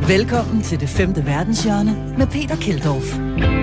Velkommen til Det Femte Verdenshjørne med Peter Keldorf.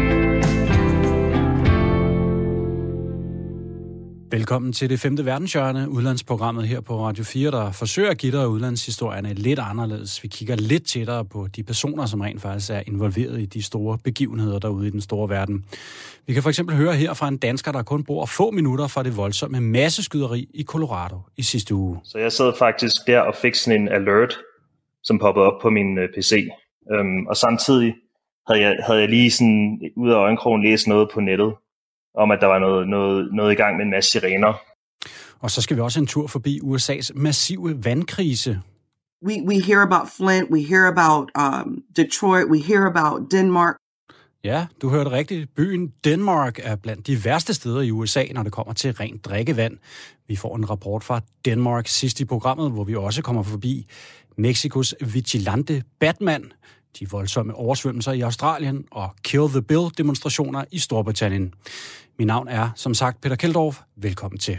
Velkommen til Det Femte Verdenshjørne, udlandsprogrammet her på Radio 4, der forsøger at give dig udlandshistorierne lidt anderledes. Vi kigger lidt tættere på de personer, som rent faktisk er involveret i de store begivenheder derude i den store verden. Vi kan for eksempel høre her fra en dansker, der kun bor få minutter fra det voldsomme masseskyderi i Colorado i sidste uge. Så jeg sad faktisk der og fik sådan en alert, som poppede op på min PC. Og samtidig havde jeg lige sådan ud af øjenkrogen læst noget på nettet, om at der var noget i gang med en masse sirener. Og så skal vi også en tur forbi USA's massive vandkrise. We hear about Flint, we hear about Detroit, we hear about Denmark. Ja, du hørte rigtigt. Byen Denmark er blandt de værste steder i USA, når det kommer til rent drikkevand. Vi får en rapport fra Denmark sidst i programmet, hvor vi også kommer forbi Mexikos vigilante Batman, de voldsomme oversvømmelser i Australien og Kill the Bill-demonstrationer i Storbritannien. Mit navn er, som sagt, Peter Keldorf. Velkommen til.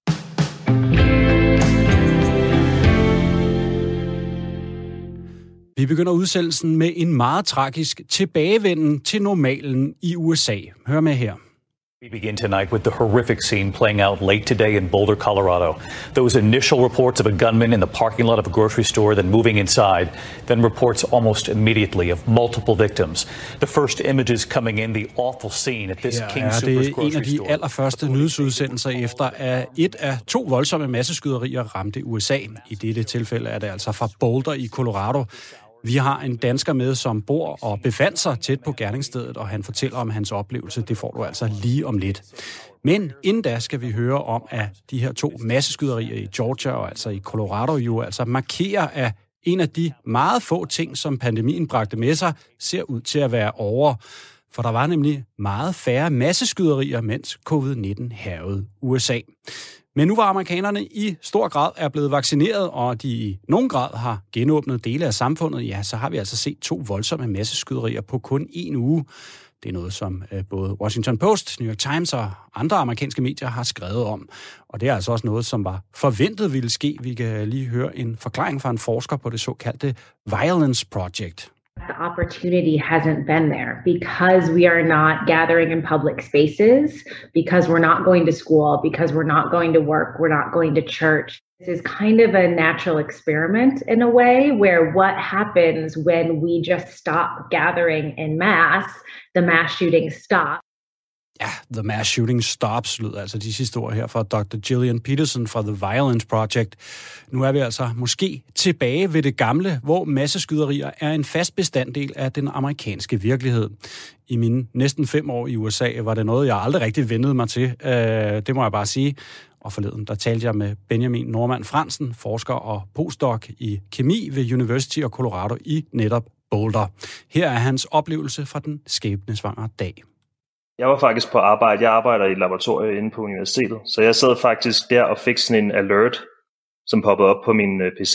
Vi begynder udsendelsen med en meget tragisk tilbagevenden til normalen i USA. Hør med her. We begin tonight with the horrific scene playing out late today in Boulder, Colorado. Those initial reports of a gunman in the parking lot of a grocery store, then moving inside, then reports almost immediately of multiple victims. The first images coming in, the awful scene at this King Soopers grocery store. Det er en af de allerførste nyhedsudsendelser efter, at et af to voldsomme masseskyderier ramte USA. I dette tilfælde er det altså fra Boulder i Colorado. Vi har en dansker med, som bor og befandt sig tæt på gerningsstedet, og han fortæller om hans oplevelse. Det får du altså lige om lidt. Men inden da skal vi høre om, at de her to masseskyderier i Georgia og altså i Colorado jo altså markerer, at en af de meget få ting, som pandemien bragte med sig, ser ud til at være over. For der var nemlig meget færre masseskyderier, mens covid-19 hærgede USA. Men nu hvor amerikanerne i stor grad er blevet vaccineret, og de i nogen grad har genåbnet dele af samfundet, ja, så har vi altså set to voldsomme masseskyderier på kun en uge. Det er noget, som både Washington Post, New York Times og andre amerikanske medier har skrevet om. Og det er altså også noget, som var forventet ville ske. Vi kan lige høre en forklaring fra en forsker på det såkaldte Violence Project. The opportunity hasn't been there because we are not gathering in public spaces, because we're not going to school, because we're not going to work, we're not going to church. This is kind of a natural experiment in a way where what happens when we just stop gathering in mass, the mass shootings stop. Ja, The Mass Shooting Stops, lød altså de sidste ord her fra Dr. Gillian Peterson fra The Violence Project. Nu er vi altså måske tilbage ved det gamle, hvor masseskyderier er en fast bestanddel af den amerikanske virkelighed. I mine næsten 5 år i USA var det noget, jeg aldrig rigtig vennede mig til. Det må jeg bare sige. Og forleden, der talte jeg med Benjamin Norman Fransen, forsker og postdoc i kemi ved University of Colorado i netop Boulder. Her er hans oplevelse fra den skæbnesvangre dag. Jeg var faktisk på arbejde. Jeg arbejder i et laboratorium inde på universitetet. Så jeg sad faktisk der og fik sådan en alert, som poppede op på min PC.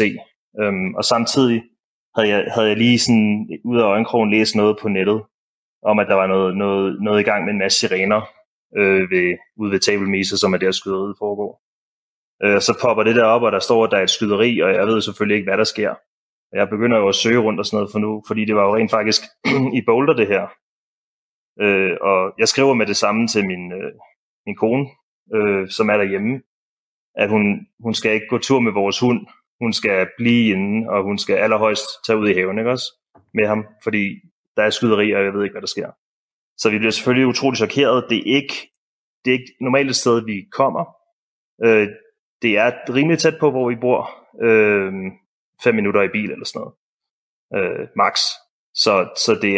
Og samtidig havde jeg lige sådan ud af øjenkrogen læst noget på nettet, om at der var noget i gang med en masse sirener ude ved Table Mesa, som er der skyderiet foregår. Så popper det der op, og der står, at der er et skyderi, og jeg ved selvfølgelig ikke, hvad der sker. Jeg begynder jo at søge rundt og sådan noget for nu, fordi det var jo rent faktisk i Boulder det her. Og jeg skriver med det samme til min kone, som er derhjemme, at hun skal ikke gå tur med vores hund. Hun skal blive inde, og hun skal allerhøjst tage ud i haven, ikke også? Med ham, fordi der er skyderi, og jeg ved ikke, hvad der sker. Så vi bliver selvfølgelig utroligt chokeret. Det er ikke normalt et sted, vi kommer. Det er rimelig tæt på, hvor vi bor. 5 minutter i bil eller sådan noget. Max. Så det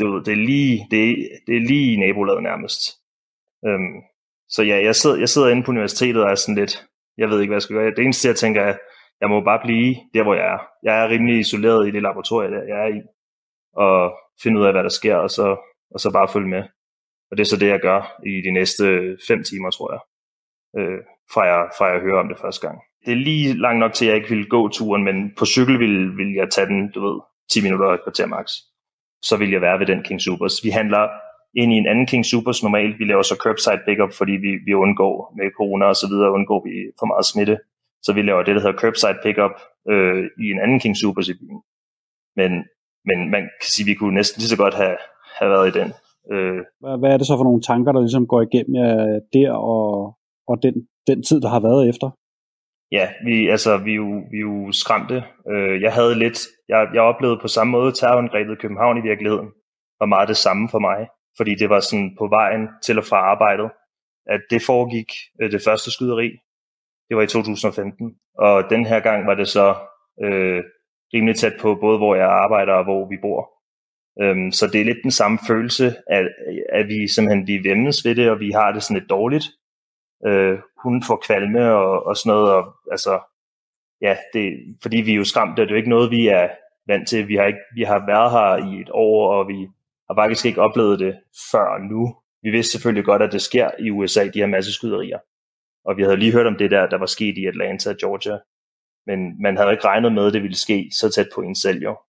er lige i nabolaget nærmest. Så ja, jeg sidder inde på universitetet og er sådan lidt, jeg ved ikke, hvad jeg skal gøre. Det eneste, jeg tænker, er, jeg må bare blive der, hvor jeg er. Jeg er rimelig isoleret i det laboratorium, jeg er i, og finde ud af, hvad der sker, og så bare følge med. Og det er så det, jeg gør i de næste 5 timer, tror jeg, fra jeg hører om det første gang. Det er lige langt nok til, at jeg ikke ville gå turen, men på cykel vil jeg tage den, 10 minutter og et kvarter max. Så vil jeg være ved den King Soopers. Vi handler ind i en anden King Soopers normalt. Vi laver så curbside pickup, fordi vi undgår med corona og så videre, undgår vi for meget smitte. Så vi laver det, der hedder curbside pickup i en anden King Soopers i byen. Men man kan sige, at vi kunne næsten lige så godt have været i den. Hvad er det så for nogle tanker, der ligesom går igennem der og den tid, der har været efter? Ja, vi er jo skræmte. Jeg havde lidt, jeg oplevede på samme måde terrorangrebet i København i virkeligheden, var meget det samme for mig, fordi det var sådan på vejen til og fra arbejdet, at det foregik, det første skyderi, det var i 2015, og den her gang var det så rimelig tæt på, både hvor jeg arbejder og hvor vi bor. Så det er lidt den samme følelse, at vi simpelthen vi væmmes ved det, og vi har det sådan lidt dårligt. Hun får kvalme og sådan noget, og altså, ja, fordi vi er jo skræmte, det er jo ikke noget, vi er vant til. Vi har været her i et år, og vi har faktisk ikke oplevet det før nu. Vi vidste selvfølgelig godt, at det sker i USA, de her masseskyderier. Og vi havde lige hørt om det der var sket i Atlanta, Georgia. Men man havde ikke regnet med, at det ville ske så tæt på en selv jo.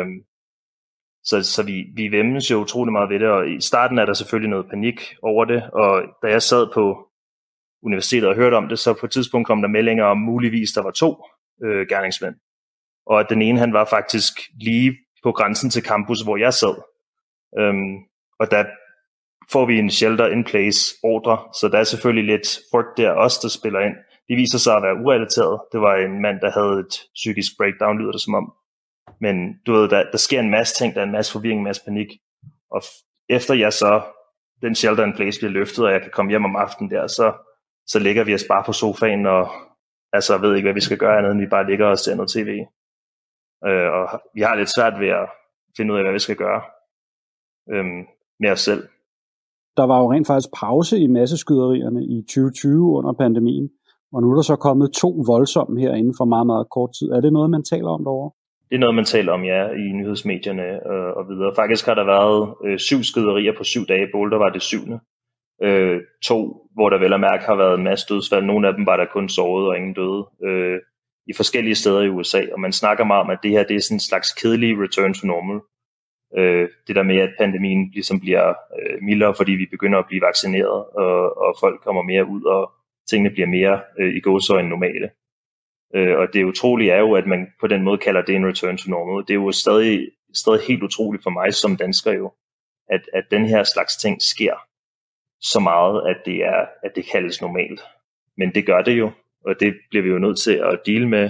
Så vi væmmes jo utrolig meget ved det, og i starten er der selvfølgelig noget panik over det, og da jeg sad på universitetet og hørte om det, så på et tidspunkt kom der meldinger om muligvis, der var 2 gerningsmænd, og at den ene, han var faktisk lige på grænsen til campus, hvor jeg sad, og der får vi en shelter in place ordre, så der er selvfølgelig lidt frygt der også, der spiller ind. Det viser sig at være urelateret. Det var en mand, der havde et psykisk breakdown, lyder det som om. Men du ved, der sker en masse ting, der er en masse forvirring, en masse panik. Og efter den shelter in place bliver løftet, og jeg kan komme hjem om aftenen der, så ligger vi os bare på sofaen, og altså ved ikke, hvad vi skal gøre andet, end vi bare ligger og ser noget tv. Og vi har lidt svært ved at finde ud af, hvad vi skal gøre med os selv. Der var jo rent faktisk pause i masseskyderierne i 2020 under pandemien, og nu er der så kommet 2 voldsomme her inden for meget, meget kort tid. Er det noget, man taler om derovre? Det er noget, man taler om, ja, i nyhedsmedierne og videre. Faktisk har der været 7 skyderier på 7 dage. Boulder var det 7. 2, hvor der vel at mærke har været en masse dødsfald. Nogle af dem var der kun såret og ingen døde i forskellige steder i USA. Og man snakker meget om, at det her det er sådan en slags kedelig return to normal. Det der med, at pandemien ligesom bliver mildere, fordi vi begynder at blive vaccineret, og folk kommer mere ud, og tingene bliver mere i gåseøjne normale. Og det utrolige er jo, at man på den måde kalder det en return to normal. Det er jo stadig helt utroligt for mig som dansker jo, at den her slags ting sker så meget, at det kaldes normalt. Men det gør det jo, og det bliver vi jo nødt til at deale med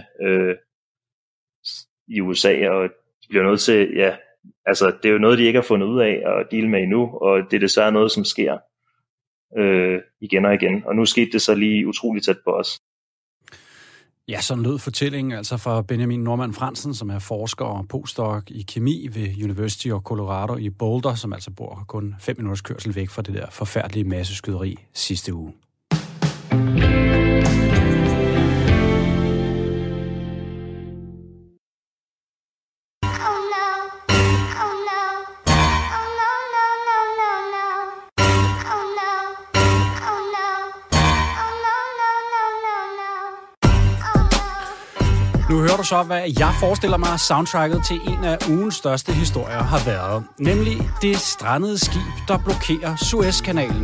i USA, og vi bliver nødt til, ja, altså det er jo noget, de ikke har fundet ud af at deale med endnu, og det er desværre noget, som sker igen og igen. Og nu skete det så lige utroligt tæt på os. Ja, sådan lød fortællingen altså fra Benjamin Norman Fransen, som er forsker og postdoc i kemi ved University of Colorado i Boulder, som altså bor kun 5 minutters kørsel væk fra det der forfærdelige masseskyderi sidste uge. Nu hører du så, hvad jeg forestiller mig, soundtracket til en af ugens største historier har været. Nemlig det strandede skib, der blokerer Suezkanalen.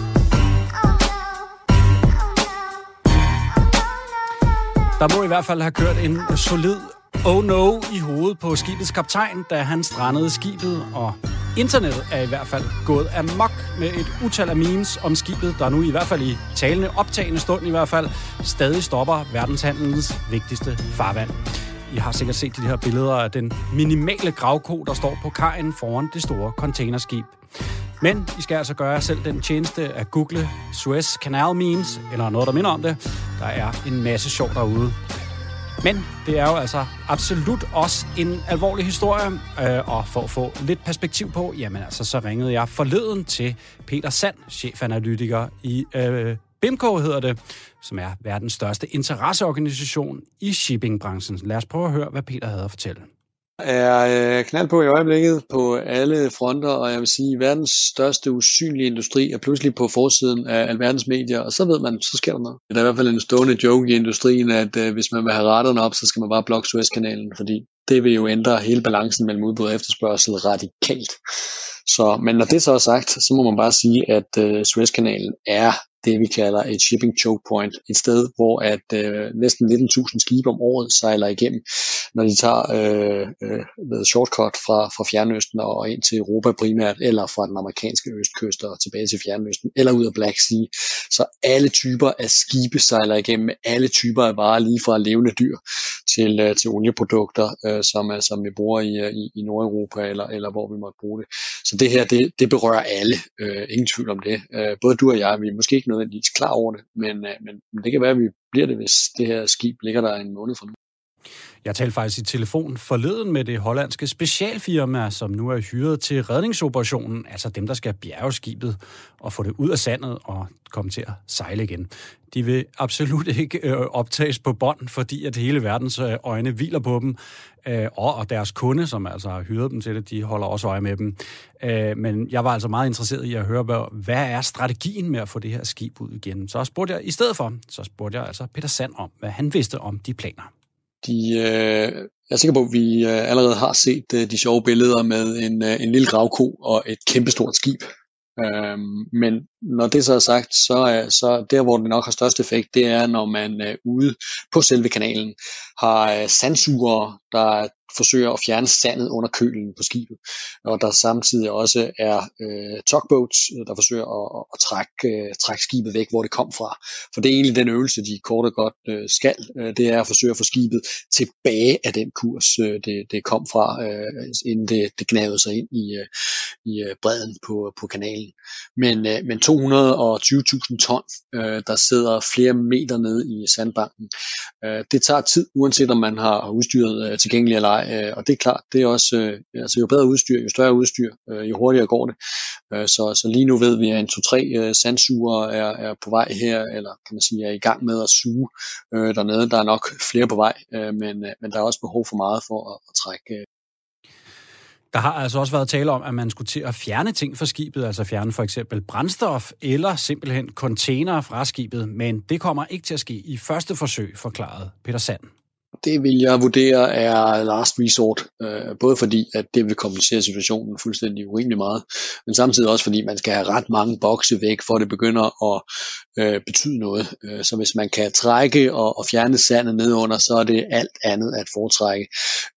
Der må i hvert fald have kørt en solid oh no i hovedet på skibets kaptajn, da han strandede skibet, og internettet er i hvert fald gået amok med et utal af memes om skibet, der nu i hvert fald i talende optagende stund i hvert fald stadig stopper verdenshandelens vigtigste farvand. I har sikkert set de her billeder af den minimale gravko, der står på kajen foran det store containerskib. Men I skal altså gøre jer selv den tjeneste at google Suez Canal memes, eller noget, der minder om det. Der er en masse sjov derude. Men det er jo altså absolut også en alvorlig historie, og for at få lidt perspektiv på, jamen altså, så ringede jeg forleden til Peter Sand, chefanalytiker i BIMCO hedder det, som er verdens største interesseorganisation i shippingbranchen. Lad os prøve at høre, hvad Peter havde at fortælle. Er knald på i øjeblikket på alle fronter, og jeg vil sige, verdens største usynlige industri er pludselig på forsiden af alverdens medier, og så ved man, så sker der noget. Der er i hvert fald en stående joke i industrien, at hvis man vil have raderne op, så skal man bare blokke Suezkanalen, fordi det vil jo ændre hele balancen mellem udbud og efterspørgsel radikalt. Så, men når det så er sagt, så må man bare sige, at Suezkanalen er det, vi kalder et shipping choke point. Et sted, hvor at næsten 19.000 skibe om året sejler igennem, når de tager shortcut fra Fjernøsten og ind til Europa primært, eller fra den amerikanske østkyst og tilbage til Fjernøsten, eller ud af Black Sea. Så alle typer af skibe sejler igennem med alle typer af varer, lige fra levende dyr til olieprodukter, som vi bruger i Nordeuropa, eller hvor vi måtte bruge det. Så det her, det berører alle. Ingen tvivl om det. Både du og jeg, vi er måske ikke nødvendigvis klar over det, men det kan være, at vi bliver det, hvis det her skib ligger der en måned fra nu. Jeg talte faktisk i telefon forleden med det hollandske specialfirma, som nu er hyret til redningsoperationen, altså dem, der skal bjerge skibet og få det ud af sandet og komme til at sejle igen. De vil absolut ikke optages på bånd, fordi at hele verdens øjne hviler på dem, og deres kunde, som altså har hyret dem til det, de holder også øje med dem. Men jeg var altså meget interesseret i at høre, hvad er strategien med at få det her skib ud igen. Så spurgte jeg altså Peter Sand om, hvad han vidste om de planer. Jeg er sikker på, at vi allerede har set de sjove billeder med en lille gravko og et kæmpestort skib. Men når det så er sagt, så der, hvor det nok har størst effekt, det er, når man ude på selve kanalen har sandsugere, der forsøger at fjerne sandet under kølen på skibet, og der samtidig også er tugboats, der forsøger at trække skibet væk, hvor det kom fra. For det er egentlig den øvelse, de kort og godt skal, det er at forsøge at få skibet tilbage af den kurs, det kom fra, inden det gnavede sig ind i bredden på kanalen. Men 220.000 ton, der sidder flere meter nede i sandbanken, det tager tid, uanset om man har udstyret tilgængeligt eller ej. Og det er klart, det er også, altså jo bedre udstyr, jo større udstyr, jo hurtigere går det. Så lige nu ved vi, at 2-3 sandsuger er på vej her, eller kan man sige, er i gang med at suge dernede. Der er nok flere på vej, men der er også behov for meget for at trække. Der har altså også været tale om, at man skulle til at fjerne ting fra skibet, altså fjerne for eksempel brændstof eller simpelthen container fra skibet, men det kommer ikke til at ske i første forsøg, forklarede Peter Sand. Det vil jeg vurdere er last resort, både fordi, at det vil komplicere situationen fuldstændig urimelig meget, men samtidig også fordi, man skal have ret mange bokse væk, for det begynder at betyde noget. Så hvis man kan trække og fjerne sandet nedunder, så er det alt andet at foretrække.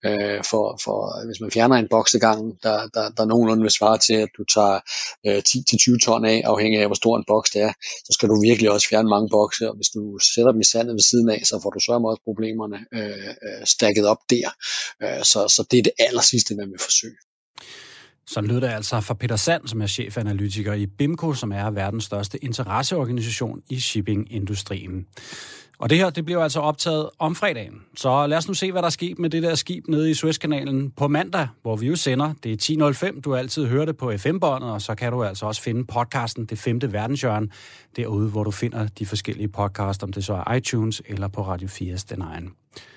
For hvis man fjerner en boks ad gangen, der nogenlunde vil svare til, at du tager 10-20 ton af, afhængig af hvor stor en boks det er, så skal du virkelig også fjerne mange bokse, og hvis du sætter dem i sandet ved siden af, så får du sørme også problemerne stakket op der. Så det er det aller sidste, man vil forsøge. Sådan lød det altså fra Peter Sand, som er chefanalytiker i BIMCO, som er verdens største interesseorganisation i shippingindustrien. Og det her, det bliver altså optaget om fredagen. Så lad os nu se, hvad der er sket med det der skib nede i Suezkanalen på mandag, hvor vi jo sender. Det er 10.05, du altid hører det på FM-båndet, og så kan du altså også finde podcasten Det 5. Verdenshjørne, derude, hvor du finder de forskellige podcasts, om det så er iTunes eller på Radio 4's Den Egen.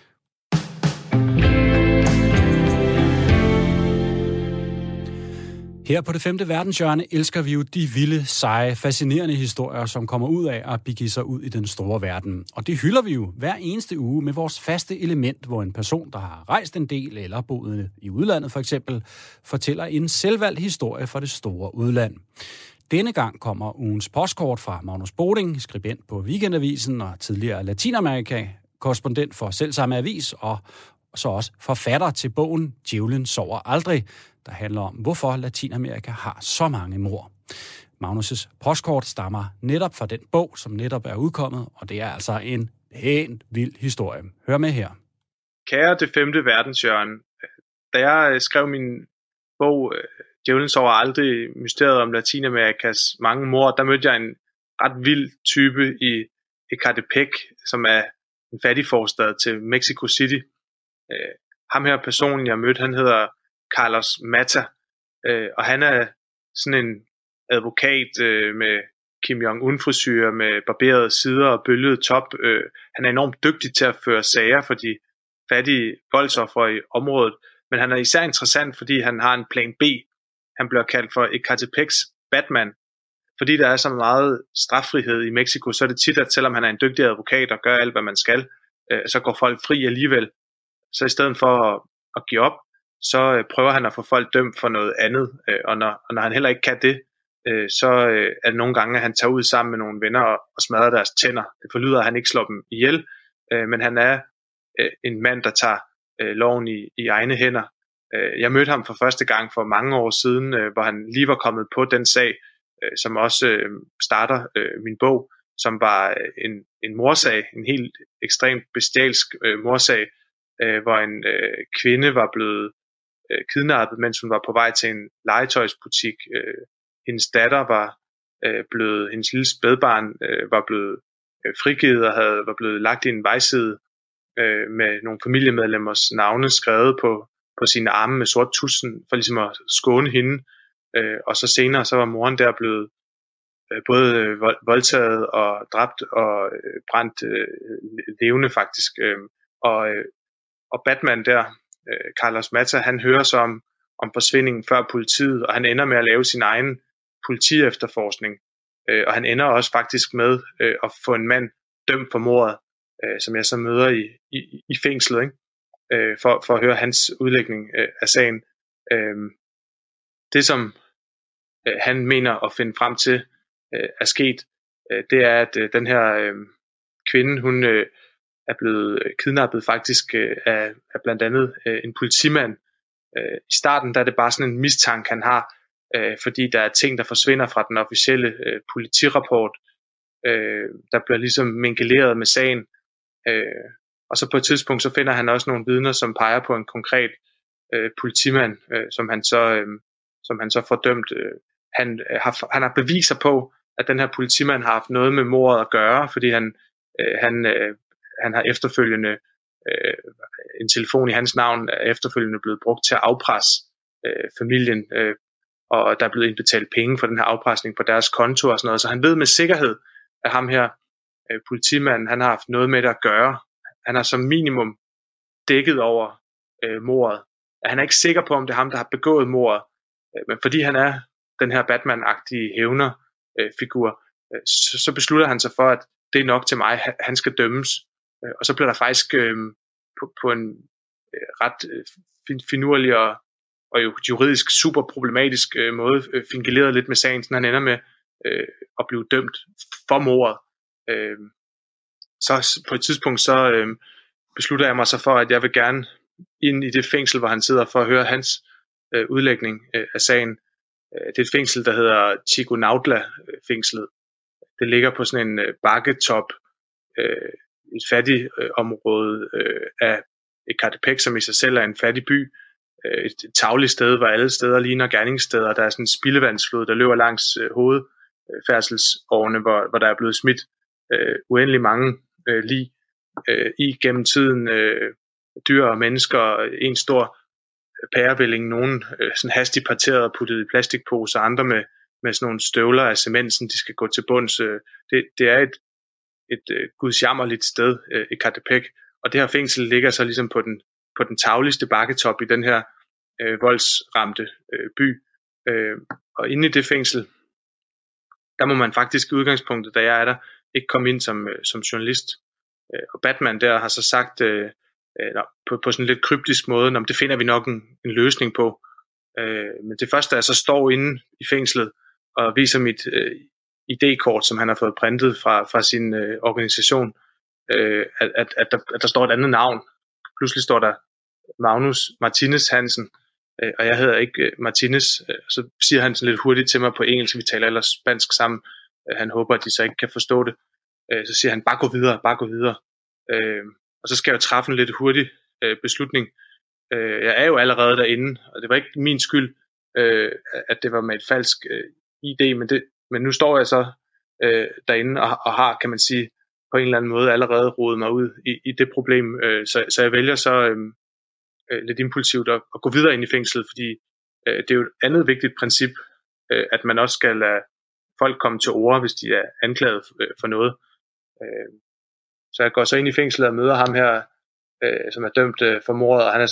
Her på Det 5. Verdenshjørne elsker vi jo de vilde, seje, fascinerende historier, som kommer ud af at begive sig ud i den store verden. Og det hylder vi jo hver eneste uge med vores faste element, hvor en person, der har rejst en del eller boet i udlandet for eksempel, fortæller en selvvalgt historie fra det store udland. Denne gang kommer ugens postkort fra Magnus Boding, skribent på Weekendavisen og tidligere Latinamerika-korrespondent for selvsamme avis, og så også forfatter til bogen Djævlen sover aldrig, der handler om, hvorfor Latinamerika har så mange mord. Magnus' postkort stammer netop fra den bog, som netop er udkommet, og det er altså en helt vild historie. Hør med her. Kære Det 5. Verdenshjørne, da jeg skrev min bog Djævlen sover aldrig, mysteriet om Latinamerikas mange mord, der mødte jeg en ret vild type i Ecatepec, som er en fattig forstad til Mexico City. Ham her personen, jeg mødte, han hedder Carlos Mata, og han er sådan en advokat med Kim Jong-un-frisyre med barberede sider og bølget top. Han er enormt dygtig til at føre sager for de fattige voldsoffer i området, men han er især interessant, fordi han har en plan B. Han bliver kaldt for Ecatepecs Batman. Fordi der er så meget straffrihed i Mexico, så er det tit, at selvom han er en dygtig advokat og gør alt, hvad man skal, så går folk fri alligevel. Så i stedet for at give op, så prøver han at få folk dømt for noget andet, og når han heller ikke kan det, så er det nogle gange, at han tager ud sammen med nogle venner og smadrer deres tænder. Det forlyder, at han ikke slår dem ihjel, men han er en mand, der tager loven i egne hænder. Jeg mødte ham for første gang for mange år siden, hvor han lige var kommet på den sag, som også starter min bog, som var en morsag, en helt ekstremt bestialsk morsag, hvor en kvinde var blevet kidnappet, mens hun var på vej til en legetøjsbutik. Hendes datter hendes lille spædbarn var blevet frigivet og var blevet lagt i en vejside med nogle familiemedlemmers navne skrevet på sine arme med sort tuschen, for ligesom at skåne hende. Og så senere, så var moren der blevet både voldtaget og dræbt og brændt levende faktisk. Og Batman der, Carlos Mata, han hører så om forsvindingen før politiet, og han ender med at lave sin egen politiefterforskning. Og han ender også faktisk med at få en mand dømt for mordet, som jeg så møder i fængslet, ikke? For at høre hans udlægning af sagen. Det som han mener at finde frem til er sket, det er, at den her kvinde, hun er blevet kidnappet faktisk af blandt andet en politimand. I starten der er det bare sådan en mistanke, han har, fordi der er ting, der forsvinder fra den officielle politirapport. Der bliver ligesom mingeleret med sagen. Og så på et tidspunkt, så finder han også nogle vidner, som peger på en konkret politimand, som han så får dømt. Han har beviser på, at den her politimand har haft noget med mordet at gøre, fordi han har efterfølgende en telefon i hans navn er efterfølgende blevet brugt til at afpresse familien, og der er blevet indbetalt penge for den her afpresning på deres konto og sådan noget. Så han ved med sikkerhed, at ham her politimanden, han har haft noget med det at gøre. Han har som minimum dækket over mordet. Han er ikke sikker på, om det er ham, der har begået mordet, men fordi han er den her Batman-agtige hævner-figur, så beslutter han sig for, at det er nok til mig, han skal dømmes. Og så bliver der faktisk på en ret finurlig og jo juridisk super problematisk måde fingileret lidt med sagen, så han ender med at blive dømt for mordet. Så på et tidspunkt så beslutter jeg mig så for, at jeg vil gerne ind i det fængsel, hvor han sidder, for at høre hans udlægning af sagen. Det er et fængsel, der hedder Chiconautla-fængslet. Det ligger på sådan en bakketop, et fattigt område af Ecatepec, som i sig selv er en fattig by. Et tagligt sted, hvor alle steder ligner gerningssteder. Der er sådan en spildevandsflod, der løber langs hovedfærdselsårene, hvor der er blevet smidt uendelig mange lig gennem tiden. Dyr og mennesker, en stor pærevælling, nogen sådan hastigt parteret og puttet i plastikposer, andre med sådan nogle støvler af cementsen, de skal gå til bunds. Det er et gudsjammerligt sted, Ecatepec, og det her fængsel ligger så ligesom på den tagligste bakketop i den her voldsramte by. Og inde i det fængsel, der må man faktisk i udgangspunktet, da jeg er der, ikke komme ind som journalist. Og Batman der har så sagt på sådan en lidt kryptisk måde, det finder vi nok en løsning på. Men det første er, at jeg så står inde i fængslet og viser mit ID-kort, som han har fået printet fra sin organisation, at der står et andet navn. Pludselig står der Magnus Martinez Hansen, og jeg hedder ikke Martinez. Så siger han sådan lidt hurtigt til mig på engelsk, vi taler ellers spansk sammen. Han håber, at de så ikke kan forstå det. Så siger han, bare gå videre. Og så skal jeg jo træffe en lidt hurtig beslutning. Jeg er jo allerede derinde, og det var ikke min skyld, at det var med et falsk ID, men nu står jeg så derinde og har, kan man sige, på en eller anden måde allerede rodet mig ud i det problem. Så jeg vælger så lidt impulsivt at gå videre ind i fængslet, fordi det er jo et andet vigtigt princip, at man også skal lade folk komme til orde, hvis de er anklaget for noget. Så jeg går så ind i fængslet og møder ham her, som er dømt for mordet, og han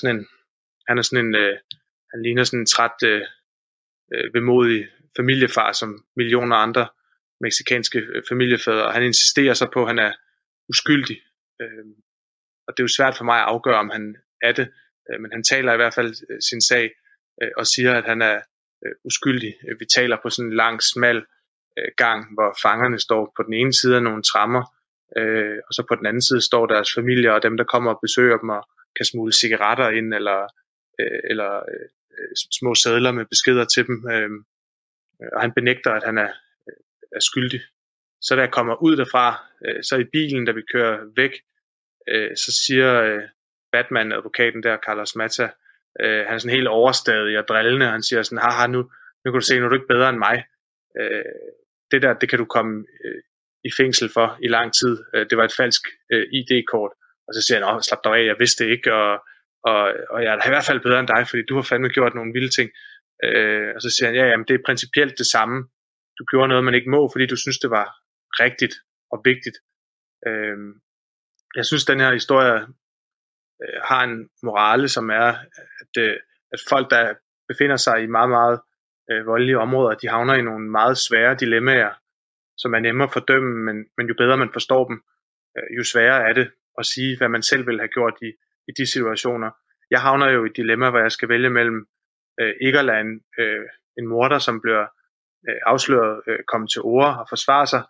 ligner sådan en træt, vemodig familiefar, som millioner andre mexikanske familiefædre, og han insisterer så på, at han er uskyldig. Og det er jo svært for mig at afgøre, om han er det, men han taler i hvert fald sin sag, og siger, at han er uskyldig. Vi taler på sådan en lang, smal gang, hvor fangerne står på den ene side af nogle tremmer, og så på den anden side står deres familier og dem, der kommer og besøger dem og kan smule cigaretter ind eller små sedler med beskeder til dem. Og han benægter, at han er skyldig. Så da jeg kommer ud derfra, så i bilen, da vi kører væk, så siger Batman-advokaten der, Carlos Mata, han er sådan helt overstadig og drillende, og han siger sådan, haha, nu kan du se, nu er du ikke bedre end mig. Det der, det kan du komme i fængsel for i lang tid. Det var et falsk ID-kort. Og så siger han, slap dig af, jeg vidste det ikke, og jeg er i hvert fald bedre end dig, fordi du har fandme gjort nogle vilde ting. Og så siger han, jamen det er principielt det samme. Du gjorde noget, man ikke må, fordi du synes, det var rigtigt og vigtigt. Jeg synes, den her historie har en morale, som er, at folk, der befinder sig i meget, meget voldelige områder, de havner i nogle meget svære dilemmaer, som er nemmere at fordømme, men jo bedre man forstår dem, jo sværere er det at sige, hvad man selv ville have gjort i de situationer. Jeg havner jo i et dilemma, hvor jeg skal vælge mellem ikke at lade en morder, som bliver afsløret, komme til orde og forsvare sig,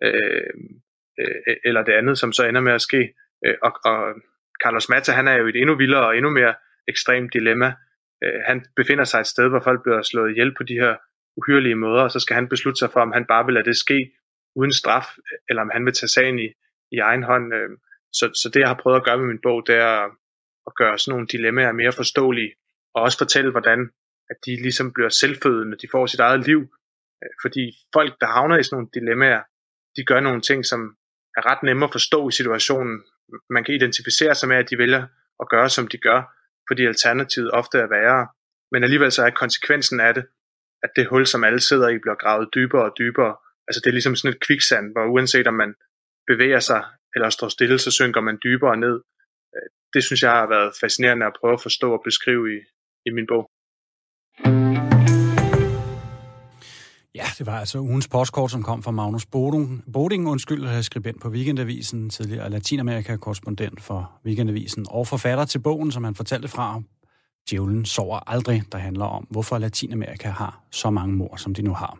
eller det andet, som så ender med at ske. Og Carlos Mata, han er jo i et endnu vildere og endnu mere ekstremt dilemma. Han befinder sig et sted, hvor folk bliver slået ihjel på de her uhyrlige måder, og så skal han beslutte sig for, om han bare vil lade det ske uden straf, eller om han vil tage sagen i egen hånd. Så det, jeg har prøvet at gøre med min bog, det er at gøre sådan nogle dilemmaer mere forståelige, og også fortælle, hvordan at de ligesom bliver selvfødende, de får sit eget liv. Fordi folk, der havner i sådan nogle dilemmaer, de gør nogle ting, som er ret nemme at forstå i situationen. Man kan identificere sig med, at de vælger at gøre, som de gør, fordi alternativet ofte er værre. Men alligevel så er konsekvensen af det, at det hul, som alle sidder i, bliver gravet dybere og dybere. Altså det er ligesom sådan et kviksand, hvor uanset om man bevæger sig eller står stille, så synker man dybere ned. Det synes jeg har været fascinerende at prøve at forstå og beskrive i min bog. Ja, det var altså ugens postkort, som kom fra Magnus Boding, skribent på Weekendavisen, tidligere Latinamerika-korrespondent for Weekendavisen og forfatter til bogen, som han fortalte fra. Djævlen sover aldrig, der handler om, hvorfor Latinamerika har så mange mord, som de nu har.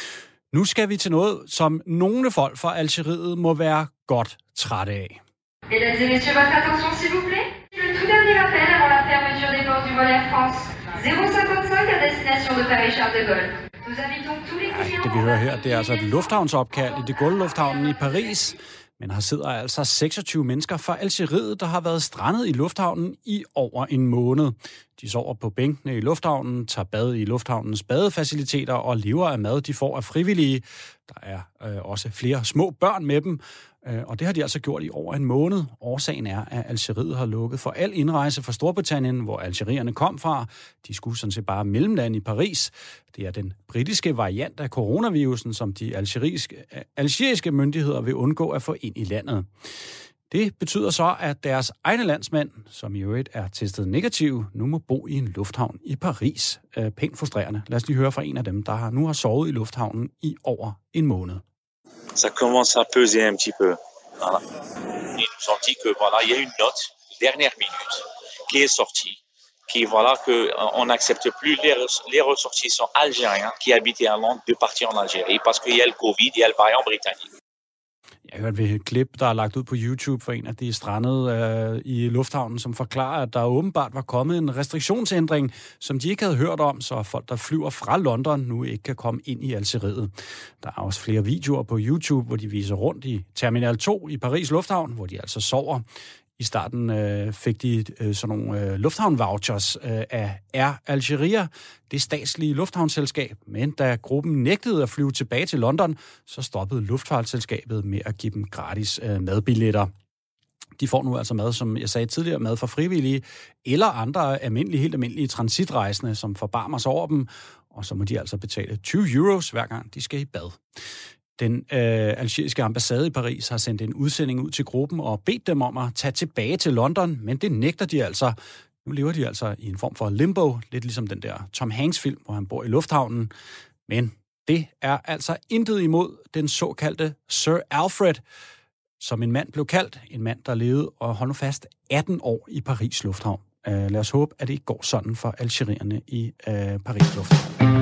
Nu skal vi til noget, som nogle folk fra Algeriet må være godt trætte af. Mesdames et messieurs, votre attention s'il vous plaît. Le tout dernier appel avant la fermeture des portes du vol Air France 055 à destination de Paris Charles de Gaulle. Nous invitons tous les clients. Det vi hører her, det er altså et lufthavnsopkald i de Gaulle-lufthavnen i Paris. Men her sidder altså 26 mennesker fra Algeriet, der har været strandet i lufthavnen i over en måned. De sover på bænkene i lufthavnen, tager bad i lufthavnens badefaciliteter og lever af mad, de får af frivillige. Der er også flere små børn med dem, og det har de altså gjort i over en måned. Årsagen er, at Algeriet har lukket for al indrejse fra Storbritannien, hvor algerierne kom fra. De skulle sådan set bare mellemlande i Paris. Det er den britiske variant af coronavirusen, som de algeriske myndigheder vil undgå at få ind i landet. Det betyder så, at deres egne landsmænd, som i øvrigt er testet negativ, nu må bo i en lufthavn i Paris. Pænt frustrerende. Lad os lige høre fra en af dem, der nu har sovet i lufthavnen i over en måned. Ça commence à peser un petit peu. Voilà. Et nous ont dit que voilà, il y a une note dernière minute qui est sortie, qui voilà que on n'accepte plus les ressortissants algériens qui habitaient à Londres de partir en Algérie parce qu'il y a le Covid, il y a le variant britannique. Jeg hørte ved et klip, der er lagt ud på YouTube for en af de strandede i lufthavnen, som forklarer, at der åbenbart var kommet en restriktionsændring, som de ikke havde hørt om, så folk, der flyver fra London, nu ikke kan komme ind i Algeriet. Der er også flere videoer på YouTube, hvor de viser rundt i Terminal 2 i Paris Lufthavn, hvor de altså sover. I starten fik de sådan nogle lufthavn-vouchers af Air Algeria, det statslige lufthavnsselskab. Men da gruppen nægtede at flyve tilbage til London, så stoppede luftfartsselskabet med at give dem gratis madbilletter. De får nu altså mad, som jeg sagde tidligere, mad for frivillige eller andre helt almindelige transitrejsende, som forbarmer sig over dem. Og så må de altså betale 20 euros hver gang de skal i bad. Den algeriske ambassade i Paris har sendt en udsending ud til gruppen og bedt dem om at tage tilbage til London, men det nægter de altså. Nu lever de altså i en form for limbo, lidt ligesom den der Tom Hanks-film, hvor han bor i lufthavnen. Men det er altså intet imod den såkaldte Sir Alfred, som en mand blev kaldt. En mand, der levede og hold nu fast 18 år i Paris Lufthavn. Lad os håbe, at det ikke går sådan for algerierne i Paris Lufthavn.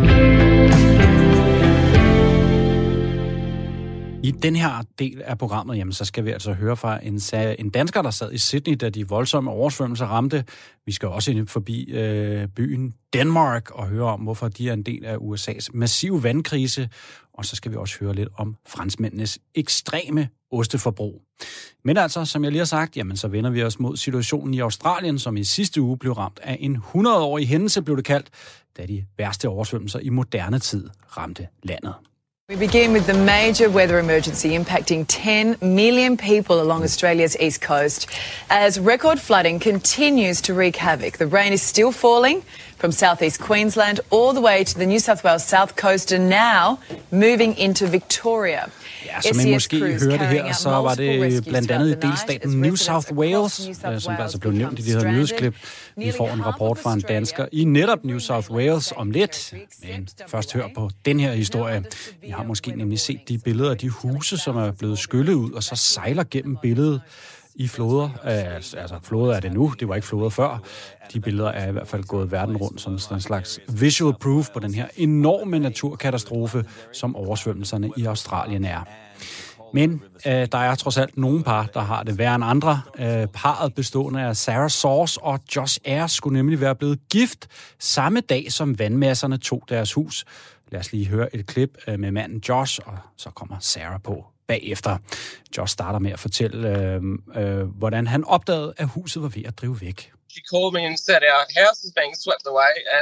I den her del af programmet, jamen, så skal vi altså høre fra en dansker, der sad i Sydney, da de voldsomme oversvømmelser ramte. Vi skal også ind forbi byen Denmark og høre om, hvorfor de er en del af USA's massive vandkrise. Og så skal vi også høre lidt om franskmændenes ekstreme osteforbrug. Men altså, som jeg lige har sagt, jamen, så vender vi os mod situationen i Australien, som i sidste uge blev ramt af en 100-årig hændelse, blev det kaldt, da de værste oversvømmelser i moderne tid ramte landet. We begin with the major weather emergency impacting 10 million people along Australia's east coast as record flooding continues to wreak havoc. The rain is still falling from southeast Queensland all the way to the New South Wales south coast and now moving into Victoria. Ja, som I måske hørte her, så var det blandt andet i delstaten New South Wales, som der altså blev nævnt i de her nyhedsklip. Vi får en rapport fra en dansker i netop New South Wales om lidt, men først hør på den her historie. Vi har måske nemlig set de billeder af de huse, som er blevet skyllet ud, og så sejler gennem billedet i floder. Altså floder er det nu, det var ikke floder før. De billeder er i hvert fald gået verden rundt som en slags visual proof på den her enorme naturkatastrofe, som oversvømmelserne i Australien er. Men der er trods alt nogle par, der har det værre end andre. Parret bestående af Sarah Source og Josh Ayres skulle nemlig være blevet gift samme dag, som vandmasserne tog deres hus. Lad os lige høre et klip med manden Josh, og så kommer Sarah på bagefter. Josh starter med at fortælle, hvordan han opdagede, at huset var ved at drive væk. She called me and said our house is being swept away, and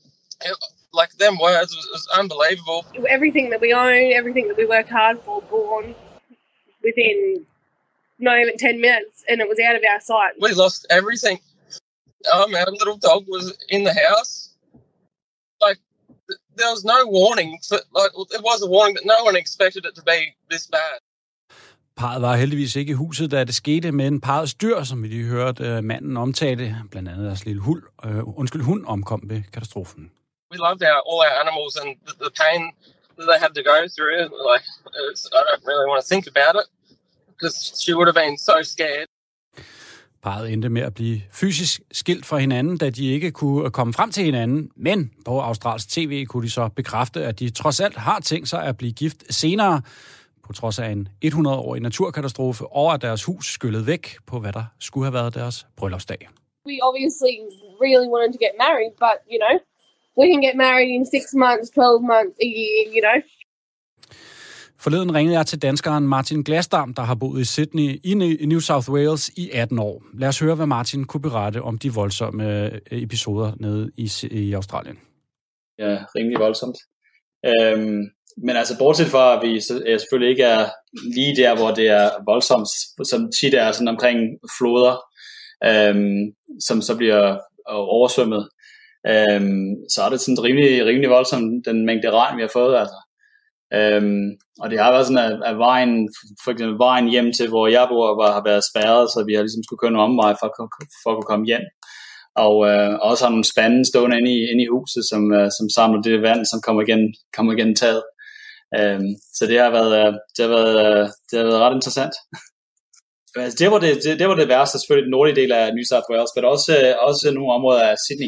like them words was unbelievable. Everything that we own, everything that we work hard for, gone within not even 10 minutes, and it was out of our sight. We lost everything. Our little dog was in the house. Like, there was no warning. It was a warning, but no one expected it to be this bad. Parret var heldigvis ikke i huset, da det skete, men parrets dyr, som vi lige hørte manden omtale, blandt andet deres lille hund omkom ved katastrofen. We loved all our animals, and the pain that they had to go through, like, I don't really want to think about it, because she would have been so scared. Parret endte med at blive fysisk skilt fra hinanden, da de ikke kunne komme frem til hinanden, men på australsk tv kunne de så bekræfte, at de trods alt har tænkt sig at blive gift senere, på trods af en 100-årig naturkatastrofe, og at deres hus skyllede væk på, hvad der skulle have været deres bryllupsdag. We obviously really wanted to get married, but, you know, we can get married in 6 months, 12 months, a year, you know. Forleden ringede jeg til danskeren Martin Glasdam, der har boet i Sydney i New South Wales i 18 år. Lad os høre, hvad Martin kunne berette om de voldsomme episoder nede i Australien. Ja, rimelig voldsomt. Men altså, bortset fra, at vi selvfølgelig ikke er lige der, hvor det er voldsomt, som tit er sådan omkring floder, som så bliver oversvømmet, så er det sådan rimelig voldsomt, den mængde regn, vi har fået, altså. Og det har været sådan, at vejen, for eksempel vejen hjem til, hvor jeg bor, har været spærret, så vi har ligesom skulle køre en omvej for at kunne komme hjem. Og også har nogle spande stående inde i huset, som samler det vand, som kommer igen taget. Så det har været ret interessant. Altså, det var det værste, selvfølgelig den nordlige del af New South Wales, men også nogle områder af Sydney.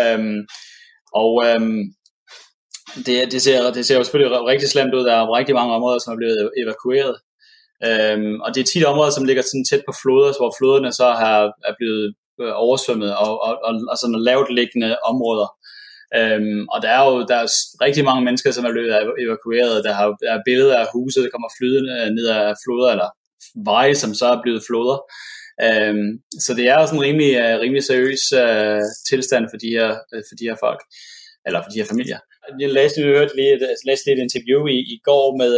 Det ser jo selvfølgelig rigtig slemt ud. Der er rigtig mange områder, som er blevet evakueret. Og det er tit områder, som ligger sådan tæt på floder, hvor floderne så er blevet oversvømmet, og sådan lavt liggende områder. Og der er rigtig mange mennesker, som er blevet evakueret. Der er billeder af huse, der kommer flydende ned af floder, eller veje, som så er blevet floder. Så det er jo sådan en rimelig seriøs tilstand for de her folk, eller for de her familier. Jeg læste lige et interview i går med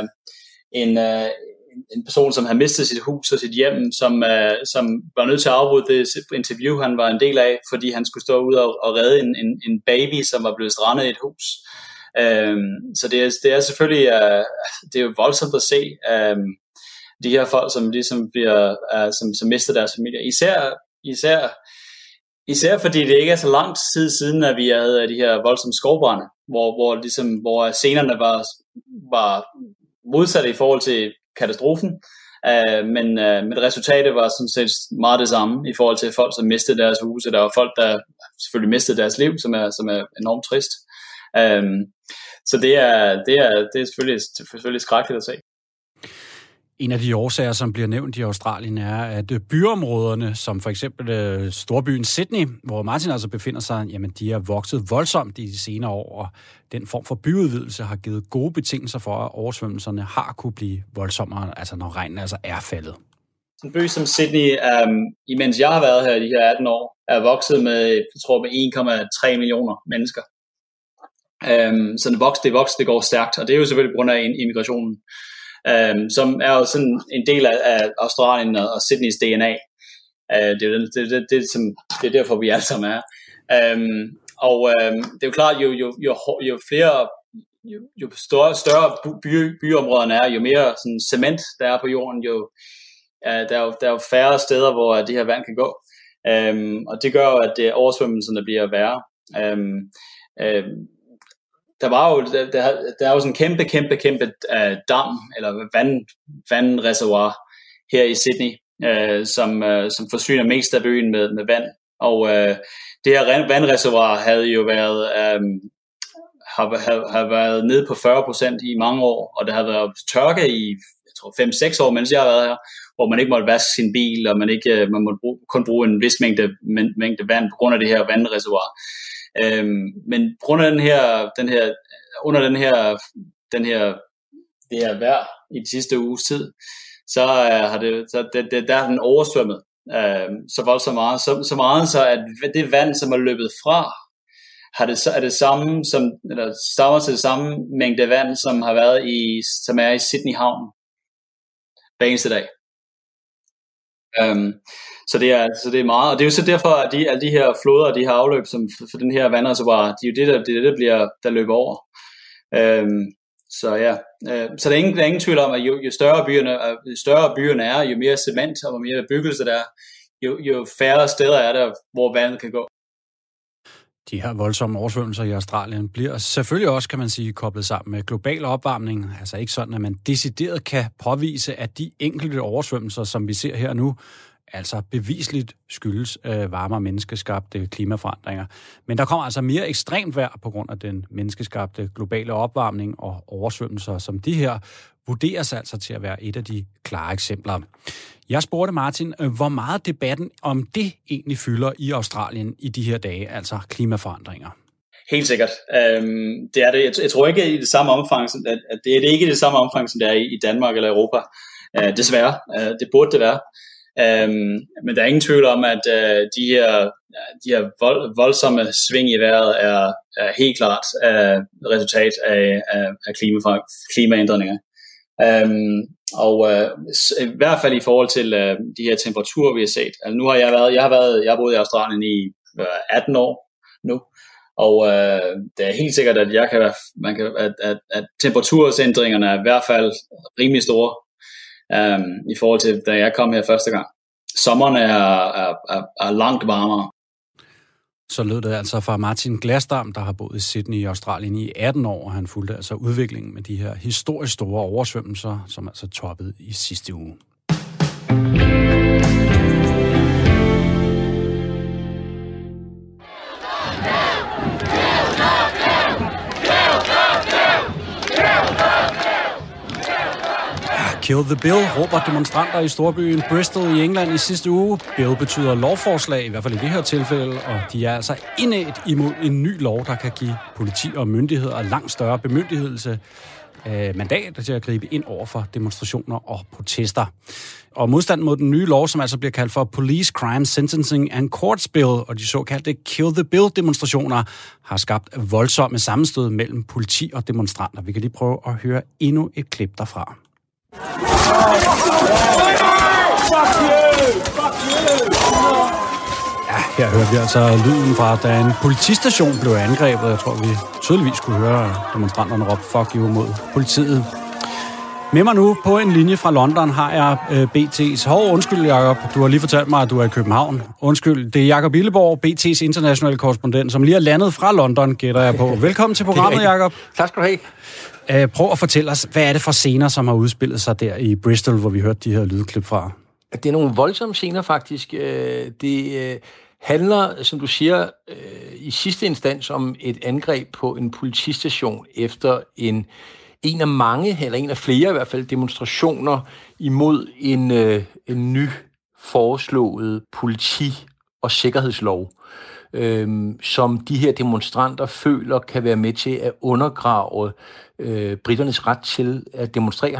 en person, som havde mistet sit hus og sit hjem, som var nødt til at afbryde det interview, han var en del af, fordi han skulle stå ud og redde en baby, som var blevet strandet i et hus. Så det er selvfølgelig det er jo voldsomt at se de her folk, som ligesom som mister deres familie. Især fordi det ikke er så lang tid siden, at vi havde de her voldsomme skovbrande, hvor scenerne var modsatte i forhold til katastrofen, Men resultatet var sådan set meget det samme i forhold til folk, som mistede deres huse. Der var folk, der selvfølgelig mistede deres liv, som er enormt trist. Så det er selvfølgelig skrækkeligt at se. En af de årsager, som bliver nævnt i Australien, er, at byområderne, som for eksempel storbyen Sydney, hvor Martin altså befinder sig, jamen de er vokset voldsomt i de senere år, og den form for byudvidelse har givet gode betingelser for, at oversvømmelserne har kunne blive voldsommere, altså når regnen altså er faldet. En by som Sydney, imens jeg har været her i de her 18 år, er vokset med, jeg tror, med 1,3 millioner mennesker. Så det går stærkt, og det er jo selvfølgelig på grund af immigrationen. Som er jo sådan en del af Australien og Sydneys DNA. Det er derfor, vi alle sammen er. Det er jo klart, jo flere, jo større byområderne er, jo mere sådan cement der er på jorden, der er jo færre steder, hvor det her vand kan gå. Og det gør jo, at oversvømmelserne bliver værre. Der er jo sådan en kæmpe dam eller vandreservoir her i Sydney, som forsyner mest af byen med vand. Og det her vandreservoir havde jo været har været nede på 40% i mange år, og der har været tørke i, jeg tror 5-6 år, mens jeg har været her, hvor man ikke måtte vaske sin bil, og man måtte kun bruge en vis mængde vand på grund af det her vandreservoir. Men på grund af det her vejr i de sidste uges tid, så der er den oversvømmet så voldsomt meget, så meget så at det vand, som er løbet fra, er det samme som, eller stammer til det samme mængde vand, som har været som er i Sydney havn hver eneste dag. Så det er meget, og det er jo så derfor, at alle de her floder og de her afløb, som for den her vandreservoir, det er jo det, der løber over. Så der er ingen tvivl om, at jo større byerne er, jo mere cement og jo mere byggelse der er, jo færre steder er der, hvor vandet kan gå. De her voldsomme oversvømmelser i Australien bliver selvfølgelig også, kan man sige, koblet sammen med global opvarmning. Altså ikke sådan, at man decideret kan påvise, at de enkelte oversvømmelser, som vi ser her nu, altså bevisligt skyldes varmere menneskeskabte klimaforandringer. Men der kommer altså mere ekstremt vejr på grund af den menneskeskabte globale opvarmning, og oversvømmelser som de her vurderes altså til at være et af de klare eksempler. Jeg spurgte Martin, hvor meget debatten om det egentlig fylder i Australien i de her dage, altså klimaforandringer. Helt sikkert. Det er det. Jeg tror ikke i det samme omfang, at det er ikke i det samme omfang, som det er i Danmark eller Europa. Desværre. Det burde det være. Men der er ingen tvivl om, at de her voldsomme sving i vejret er helt klart resultat af klimaændringer. I hvert fald i forhold til de her temperaturer, vi har set. Altså, nu har jeg har boet i Australien i 18 år nu, og det er helt sikkert, at at temperaturændringerne er i hvert fald rimelig store i forhold til, da jeg kom her første gang. Sommeren er langt varmere. Så lød det altså fra Martin Glasdam, der har boet i Sydney i Australien i 18 år, og han fulgte altså udviklingen med de her historisk store oversvømmelser, som altså toppede i sidste uge. Kill the Bill, råber demonstranter i storbyen Bristol i England i sidste uge. Bill betyder lovforslag, i hvert fald i det her tilfælde, og de er altså indædt imod en ny lov, der kan give politi og myndigheder langt større bemyndigelse mandat til at gribe ind over for demonstrationer og protester. Og modstand mod den nye lov, som altså bliver kaldt for Police Crime Sentencing and Courts Bill, og de såkaldte Kill the Bill-demonstrationer, har skabt voldsomme sammenstød mellem politi og demonstranter. Vi kan lige prøve at høre endnu et klip derfra. Ja, her hørte vi altså lyden fra, da en politistation blev angrebet. Jeg tror, vi tydeligvis kunne høre demonstranterne råbe fuck you mod politiet. Med mig nu på en linje fra London har jeg BT's... Undskyld, Jacob. Du har lige fortalt mig, at du er i København. Undskyld, det er Jacob Illeborg, BT's internationale korrespondent, som lige er landet fra London, gætter jeg på. Velkommen til programmet, Jacob. Tak skal du have. Prøv at fortælle os, hvad er det for scener, som har udspillet sig der i Bristol, hvor vi hørte de her lydklip fra? Det er nogle voldsomme scener, faktisk. Det handler, som du siger, i sidste instans om et angreb på en politistation efter en af mange, eller en af flere i hvert fald, demonstrationer imod en ny foreslået politi- og sikkerhedslov, som de her demonstranter føler kan være med til at undergrave briternes ret til at demonstrere.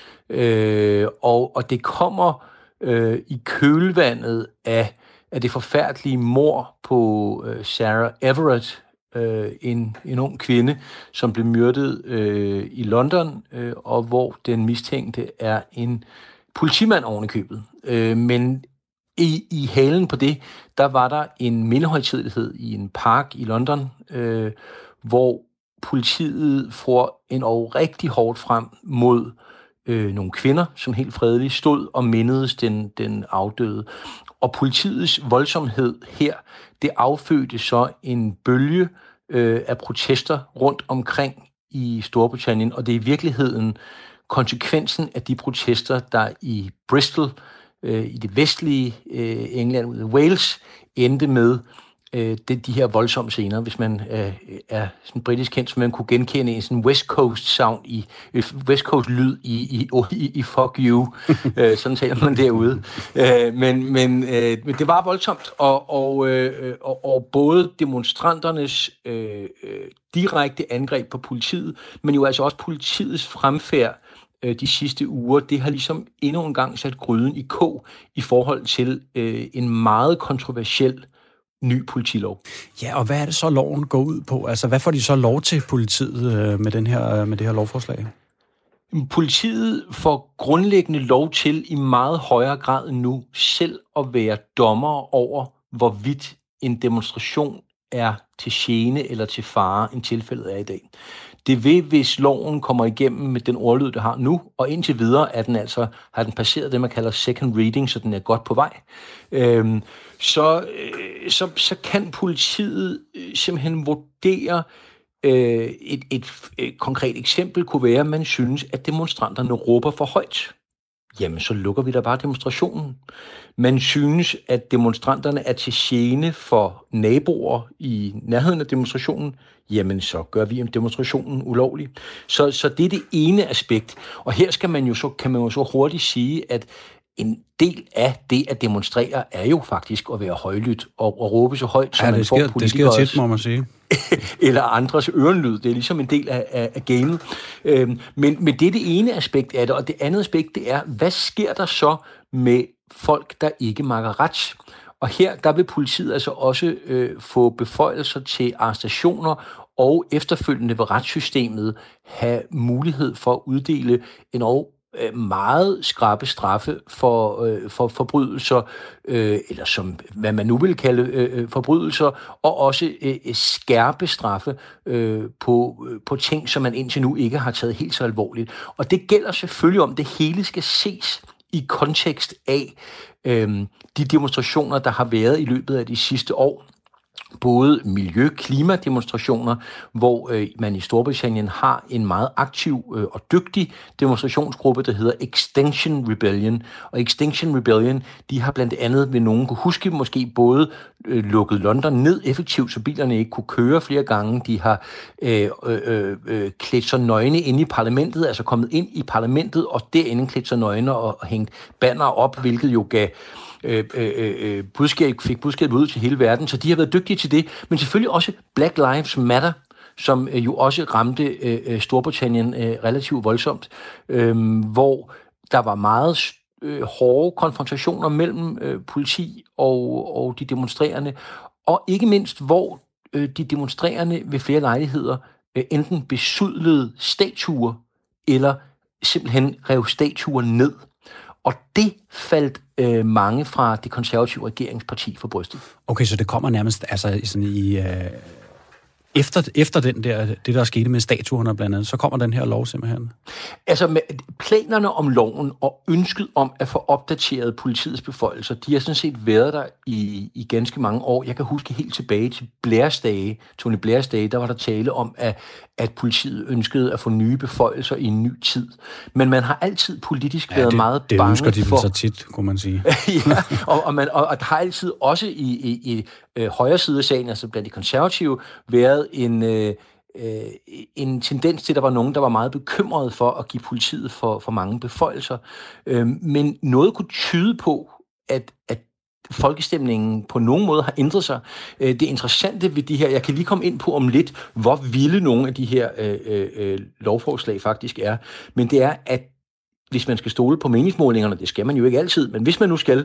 Og det kommer i kølvandet af det forfærdelige mord på Sarah Everard, en ung kvinde, som blev myrdet i London, og hvor den mistænkte er en politimand oven i købet. Men i halen på det, der var der en mindehøjtidelighed i en park i London, hvor politiet får endog rigtig hårdt frem mod nogle kvinder, som helt fredeligt stod og mindedes den afdøde. Og politiets voldsomhed her, det affødte så en bølge af protester rundt omkring i Storbritannien, og det er i virkeligheden konsekvensen af de protester, der i Bristol, i det vestlige England, ud af Wales, endte med de her voldsomme scener, hvis man er sådan britisk kendt, så man kunne genkende en sådan West Coast sound West Coast lyd i fuck you, sådan taler man derude. Men det var voldsomt, og både demonstranternes direkte angreb på politiet, men jo altså også politiets fremfærd de sidste uger, det har ligesom endnu en gang sat gryden i kog i forhold til en meget kontroversiel ny politilov. Ja, og hvad er det så, loven går ud på? Altså, hvad får de så lov til politiet med det her lovforslag? Politiet får grundlæggende lov til i meget højere grad end nu selv at være dommer over, hvorvidt en demonstration er til gene eller til fare, end tilfældet er i dag. Det vil, hvis loven kommer igennem med den ordlyd, det har nu, og indtil videre har den passeret det, man kalder second reading, så den er godt på vej. Så kan politiet simpelthen vurdere, et konkret eksempel kunne være, at man synes, at demonstranterne råber for højt. Jamen, så lukker vi da bare demonstrationen. Man synes, at demonstranterne er til gene for naboer i nærheden af demonstrationen. Jamen, så gør vi demonstrationen ulovlig. Så det er det ene aspekt. Og her kan man jo så hurtigt sige, at en del af det at demonstrere er jo faktisk at være højlydt og råbe så højt, som man får politikere. Det sker tit, må man sige. Eller andres ørenlyd. Det er ligesom en del af gamet. Men det er det ene aspekt af det, og det andet aspekt, det er, hvad sker der så med folk, der ikke makker ret? Og her, der vil politiet altså også få beføjelser til arrestationer, og efterfølgende ved retssystemet have mulighed for at uddele en meget skrappe straffe for forbrydelser, eller som hvad man nu vil kalde forbrydelser, og også skærpe straffe på ting, som man indtil nu ikke har taget helt så alvorligt. Og det gælder selvfølgelig om, det hele skal ses i kontekst af de demonstrationer, der har været i løbet af de sidste år. Både miljø-klimademonstrationer, hvor man i Storbritannien har en meget aktiv og dygtig demonstrationsgruppe, der hedder Extinction Rebellion. Og Extinction Rebellion, de har blandt andet, ved nogen kunne huske, måske både lukket London ned effektivt, så bilerne ikke kunne køre flere gange. De har klædt sig nøgne ind i parlamentet, altså kommet ind i parlamentet, og derinde klædt sig nøgne og hængt banner op, hvilket jo gav fik budskabet ud til hele verden, så de har været dygtige til det, men selvfølgelig også Black Lives Matter, som jo også ramte Storbritannien relativt voldsomt, hvor der var meget hårde konfrontationer mellem politi og de demonstrerende, og ikke mindst, hvor de demonstrerende ved flere lejligheder enten besudlede statuer, eller simpelthen rev statuer ned. Og det faldt mange fra det konservative regeringsparti for brystet. Okay, så det kommer nærmest sådan efter det der skete med statuerne blandt andet, så kommer den her lov simpelthen? Altså med planerne om loven og ønsket om at få opdateret politiets beføjelser, de har sådan set været der i ganske mange år. Jeg kan huske helt tilbage til Tony Blairs dage, der var der tale om, at politiet ønskede at få nye beføjelser i en ny tid. Men man har altid politisk været meget bange for... Det ønsker de så tit, kunne man sige. Ja, og der har altid også i højre side af sagen, altså blandt de konservative, været en tendens til, at der var nogen, der var meget bekymrede for at give politiet for mange beføjelser. Men noget kunne tyde på, at folkestemningen på nogen måde har ændret sig. Det interessante ved de her, jeg kan lige komme ind på om lidt, hvor vilde nogle af de her lovforslag faktisk er, men det er, at hvis man skal stole på meningsmålingerne, det skal man jo ikke altid, men hvis man nu skal,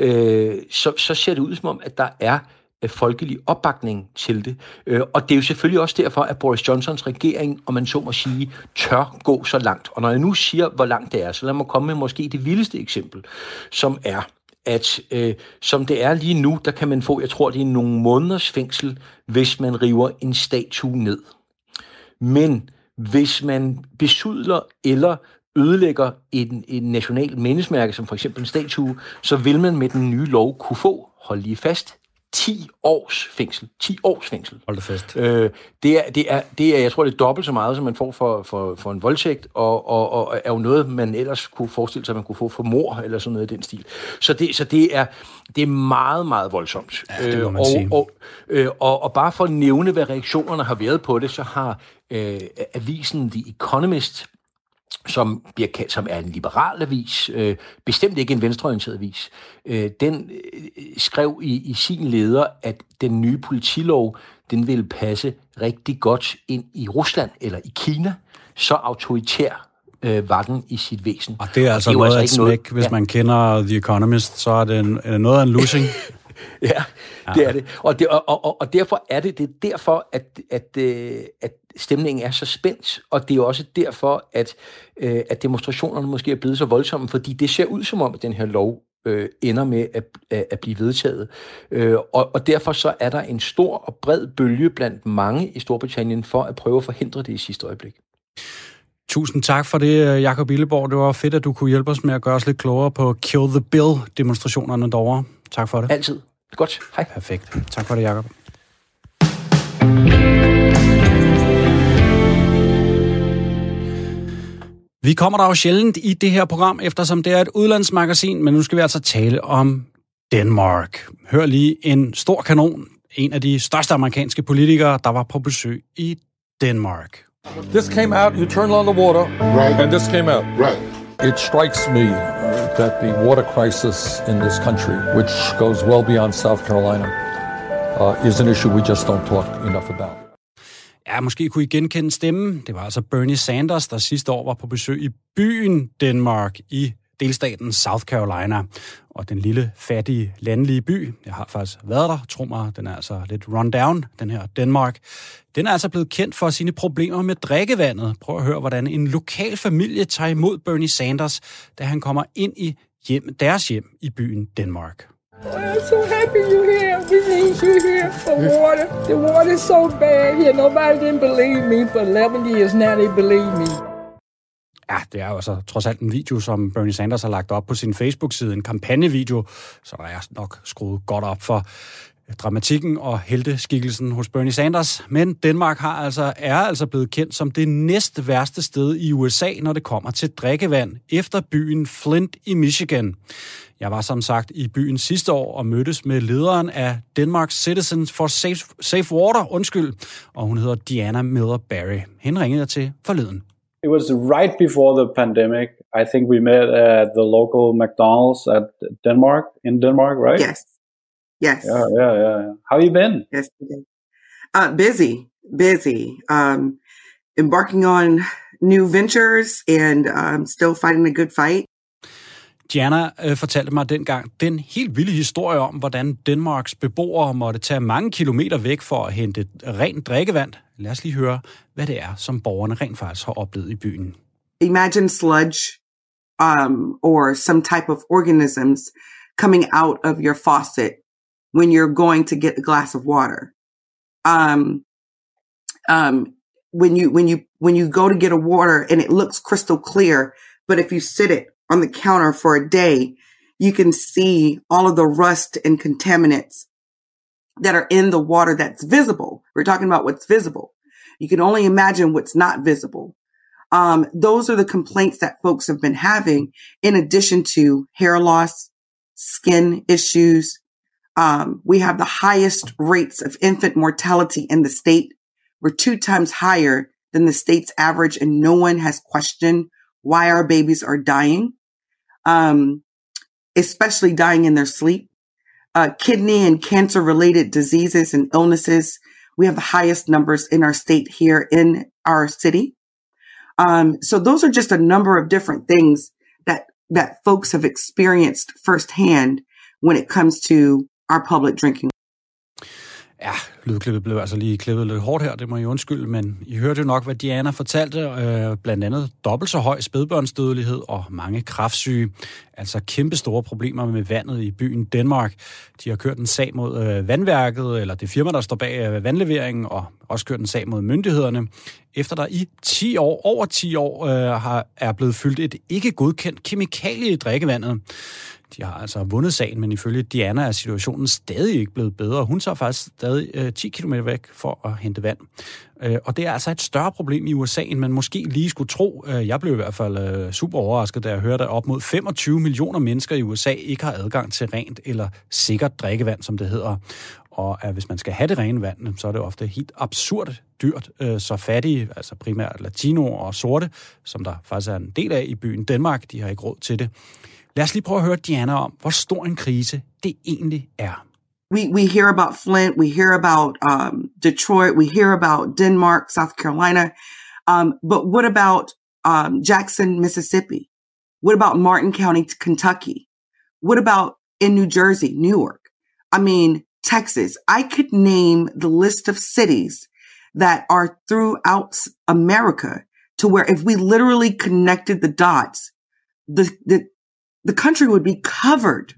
så ser det ud som om, at der er folkelig opbakning til det. Og det er jo selvfølgelig også derfor, at Boris Johnsons regering, om man så må sige, tør gå så langt. Og når jeg nu siger, hvor langt det er, så lad mig komme med måske det vildeste eksempel, som er, at som det er lige nu, der kan man få, jeg tror, det er nogle måneders fængsel, hvis man river en statue ned. Men hvis man besudler eller ødelægger en national mindesmærke, som for eksempel en statue, så vil man med den nye lov kunne få, hold lige fast, 10 års fængsel. 10 års fængsel. Hold det fast. Det er, jeg tror, det er dobbelt så meget, som man får for en voldtægt, og er jo noget, man ellers kunne forestille sig, at man kunne få for mord, eller sådan noget i den stil. Så det er meget, meget voldsomt. Ja, det må man sige. Og bare for at nævne, hvad reaktionerne har været på det, så har avisen The Economist, som er en liberal avis, bestemt ikke en venstreorienteret avis, den skrev i sin leder, at den nye politilov, den ville passe rigtig godt ind i Rusland eller i Kina, så autoritær var den i sit væsen. Og det er altså noget af et smæk, hvis man kender The Economist, så er det noget af en lussing. Ja, det er det. Og derfor er det derfor, at stemningen er så spændt, og det er også derfor, at demonstrationerne måske er blevet så voldsomme, fordi det ser ud som om, at den her lov ender med at blive vedtaget. Og derfor så er der en stor og bred bølge blandt mange i Storbritannien for at prøve at forhindre det i sidste øjeblik. Tusind tak for det, Jakob Illeborg. Det var fedt, at du kunne hjælpe os med at gøre os lidt klogere på Kill the Bill-demonstrationerne derovre. Tak for det. Altid. Godt. Hej. Perfekt. Tak for det, Jakob. Vi kommer der jo sjældent i det her program, eftersom det er et udlandsmagasin, men nu skal vi altså tale om Denmark. Hør lige en stor kanon, en af de største amerikanske politikere, der var på besøg i Denmark. This came out, you turned on the water, right, and this came out. Right. It strikes me that the water crisis in this country, which goes well beyond South Carolina, is an issue we just don't talk enough about. Ja, måske kunne I genkende stemmen. Det var altså Bernie Sanders, der sidste år var på besøg i byen Denmark i delstaten South Carolina. Og den lille, fattige, landlige by, jeg har faktisk været der, tro mig, den er altså lidt run down, den her Denmark. Den er altså blevet kendt for sine problemer med drikkevandet. Prøv at høre, hvordan en lokal familie tager imod Bernie Sanders, da han kommer ind i deres hjem i byen Denmark. I'm so happy you're here. We need you here for water. The water is so bad here. Nobody didn't believe me for 11 years. Now they believe me. Ja, det er jo altså trods alt en video, som Bernie Sanders har lagt op på sin Facebook-side. En kampagnevideo, så der er nok skruet godt op for dramatikken og helteskikkelsen hos Bernie Sanders. Men Danmark er altså blevet kendt som det næst værste sted i USA, når det kommer til drikkevand, efter byen Flint i Michigan. Jeg var som sagt i byen sidste år og mødtes med lederen af Denmark's Citizens for Safe Water, og hun hedder Diana Miller Barry. Hende ringede jeg til forleden. It was right before the pandemic. I think we met at the local McDonald's in Denmark, right? Yes. Yes. Yeah. How you been? Yes, busy. Embarking on new ventures and still fighting a good fight. Diana fortalte mig dengang den helt vilde historie om, hvordan Danmarks beboere måtte tage mange kilometer væk for at hente rent drikkevand. Lad os lige høre, hvad det er, som borgerne rent faktisk har oplevet i byen. Imagine sludge or some type of organisms coming out of your faucet when you're going to get a glass of water. When you go to get a water and it looks crystal clear, but if you sit it on the counter for a day, you can see all of the rust and contaminants that are in the water that's visible. We're talking about what's visible. You can only imagine what's not visible. Those are the complaints that folks have been having, in addition to hair loss, skin issues. We have the highest rates of infant mortality in the state. We're 2 times higher than the state's average, and no one has questioned why our babies are dying, especially dying in their sleep. Kidney and cancer-related diseases and illnesses, we have the highest numbers in our state here in our city. So those are just a number of different things that folks have experienced firsthand when it comes to our public drinking. Ja, lydklippet blev altså lige klippet lidt hårdt her, det må I undskylde, men I hørte jo nok, hvad Diana fortalte, blandt andet dobbelt så høj spædbørnsdødelighed og mange kræftsyge, altså kæmpe store problemer med vandet i byen Denmark. De har kørt en sag mod vandværket, eller det firma, der står bag vandleveringen, og også kørt en sag mod myndighederne, efter der i over 10 år er blevet fyldt et ikke godkendt kemikalie i drikkevandet. De har altså vundet sagen, men ifølge Diana er situationen stadig ikke blevet bedre. Hun tager faktisk stadig 10 km væk for at hente vand. Og det er altså et større problem i USA, end man måske lige skulle tro. Jeg blev i hvert fald super overrasket, da jeg hørte, at op mod 25 millioner mennesker i USA ikke har adgang til rent eller sikkert drikkevand, som det hedder. Og hvis man skal have det rene vand, så er det ofte helt absurd dyrt. Så fattige, altså primært latinoer og sorte, som der faktisk er en del af i byen Danmark, de har ikke råd til det. Lad os lige prøve at høre Diana om, hvor stor en krise det egentlig er. We hear about Flint, we hear about Detroit, we hear about Denmark, South Carolina, but what about Jackson, Mississippi? What about Martin County, Kentucky? What about in New Jersey, Newark? I mean, Texas. I could name the list of cities that are throughout America to where if we literally connected the dots, the country would be covered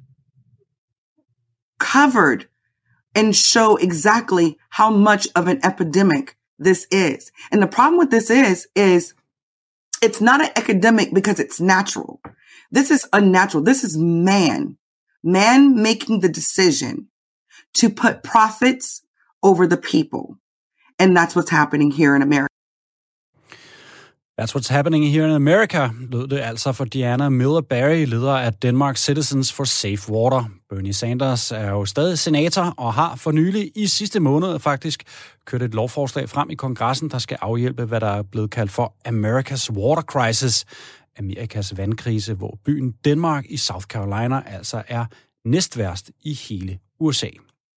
and show exactly how much of an epidemic this is. And the problem with this is it's not an epidemic because it's natural. This is unnatural. This is man making the decision to put profits over the people. And that's what's happening here in America. That's what's happening here in America, lød det altså for Diana Miller-Barry, leder af Denmark Citizens for Safe Water. Bernie Sanders er jo stadig senator og har for nylig i sidste måned faktisk kørt et lovforslag frem i kongressen, der skal afhjælpe, hvad der er blevet kaldt for America's Water Crisis, Amerikas vandkrise, hvor byen Denmark i South Carolina altså er næstværst i hele USA.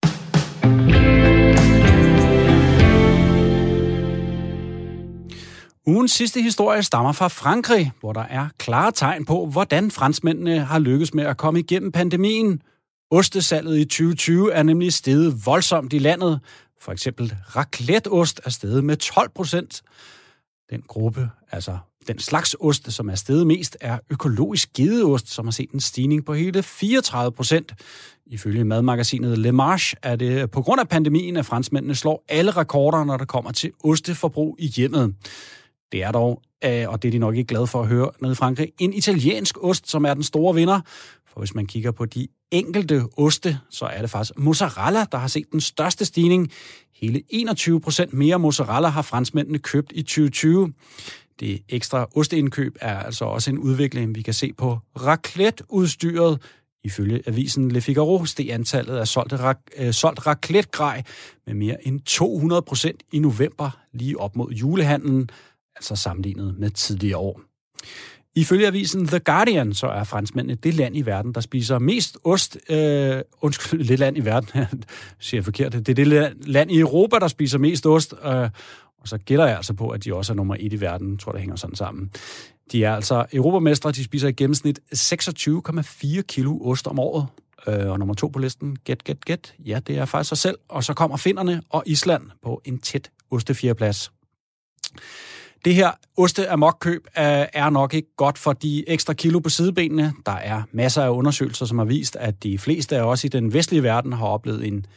Ugens sidste historie stammer fra Frankrig, hvor der er klare tegn på, hvordan franskmændene har lykkes med at komme igennem pandemien. Ostesalget i 2020 er nemlig steget voldsomt i landet. For eksempel racletteost er steget med 12%. Den gruppe, altså den slags ost, som er steget mest, er økologisk gedeost, som har set en stigning på hele 34%. Ifølge madmagasinet Le Marche er det på grund af pandemien, at franskmændene slår alle rekorder, når det kommer til osteforbrug i hjemmet. Det er dog, og det er de nok ikke glade for at høre nede i Frankrig, en italiensk ost, som er den store vinder. For hvis man kigger på de enkelte oste, så er det faktisk mozzarella, der har set den største stigning. Hele 21% mere mozzarella har franskmændene købt i 2020. Det ekstra osteindkøb er altså også en udvikling, vi kan se på raclette-udstyret. Ifølge avisen Le Figaro steg antallet af solgt raclette-grej med mere end 200% i november, lige op mod julehandlen, altså sammenlignet med tidligere år. Ifølge avisen The Guardian, så er franskmændene det land i verden, der spiser mest ost. Det land i verden, siger jeg forkert. Det er det land i Europa, der spiser mest ost. Og så gætter jeg altså på, at de også er nummer 1 i verden. Jeg tror, det hænger sådan sammen. De er altså europamestre. De spiser i gennemsnit 26,4 kilo ost om året. Og nummer 2 på listen, gæt. Ja, det er faktisk sig selv. Og så kommer finnerne og Island på en tæt ostefjerdeplads. Det her oste-amok-køb er nok ikke godt for de ekstra kilo på sidebenene. Der er masser af undersøgelser, som har vist, at de fleste af os i den vestlige verden har oplevet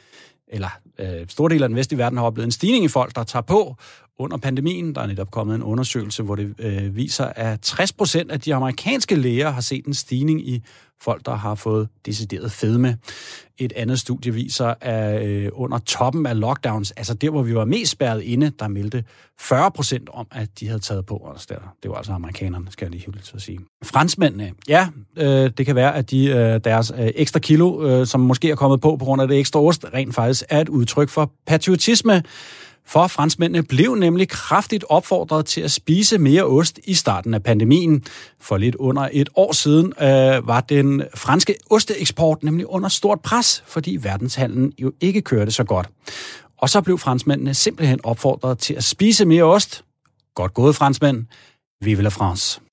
stor del af den vestlige verden har oplevet en stigning i folk, der tager på under pandemien. Der er netop kommet en undersøgelse, hvor det viser, at 60% af de amerikanske læger har set en stigning i folk, der har fået decideret fedme. Et andet studie viser, at under toppen af lockdowns, altså der, hvor vi var mest spærret inde, der meldte 40% om, at de havde taget på os der. Det var altså amerikanerne, skal jeg lige hylde til at sige. Franskmændene, ja, det kan være, at deres ekstra kilo, som måske er kommet på grund af det ekstra ost, rent faktisk er et udtryk for patriotisme. For franskmændene blev nemlig kraftigt opfordret til at spise mere ost i starten af pandemien. For lidt under et år siden var den franske osteeksport nemlig under stort pres, fordi verdenshandlen jo ikke kørte så godt. Og så blev franskmændene simpelthen opfordret til at spise mere ost. Godt gået, franskmænd. Vive la France.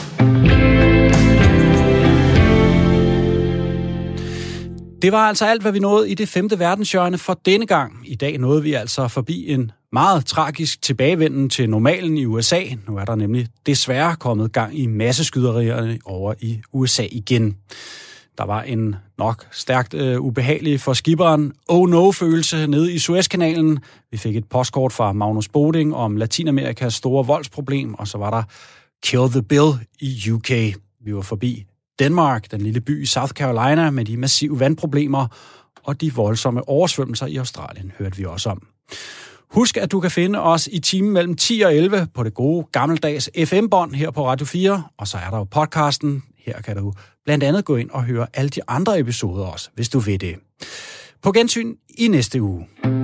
Det var altså alt, hvad vi nåede i det 5. verdenshjørne for denne gang. I dag nåede vi altså forbi en meget tragisk tilbagevenden til normalen i USA. Nu er der nemlig desværre kommet gang i masseskyderierne over i USA igen. Der var en nok stærkt ubehagelig for skipperen oh no-følelse nede i Suezkanalen. Vi fik et postkort fra Magnus Boding om Latinamerikas store voldsproblem, og så var der Kill the Bill i UK. Vi var forbi Denmark, den lille by i South Carolina med de massive vandproblemer, og de voldsomme oversvømmelser i Australien hørte vi også om. Husk, at du kan finde os i timen mellem 10 og 11 på det gode gammeldags FM-bånd her på Radio 4, og så er der jo podcasten. Her kan du blandt andet gå ind og høre alle de andre episoder også, hvis du vil det. På gensyn i næste uge.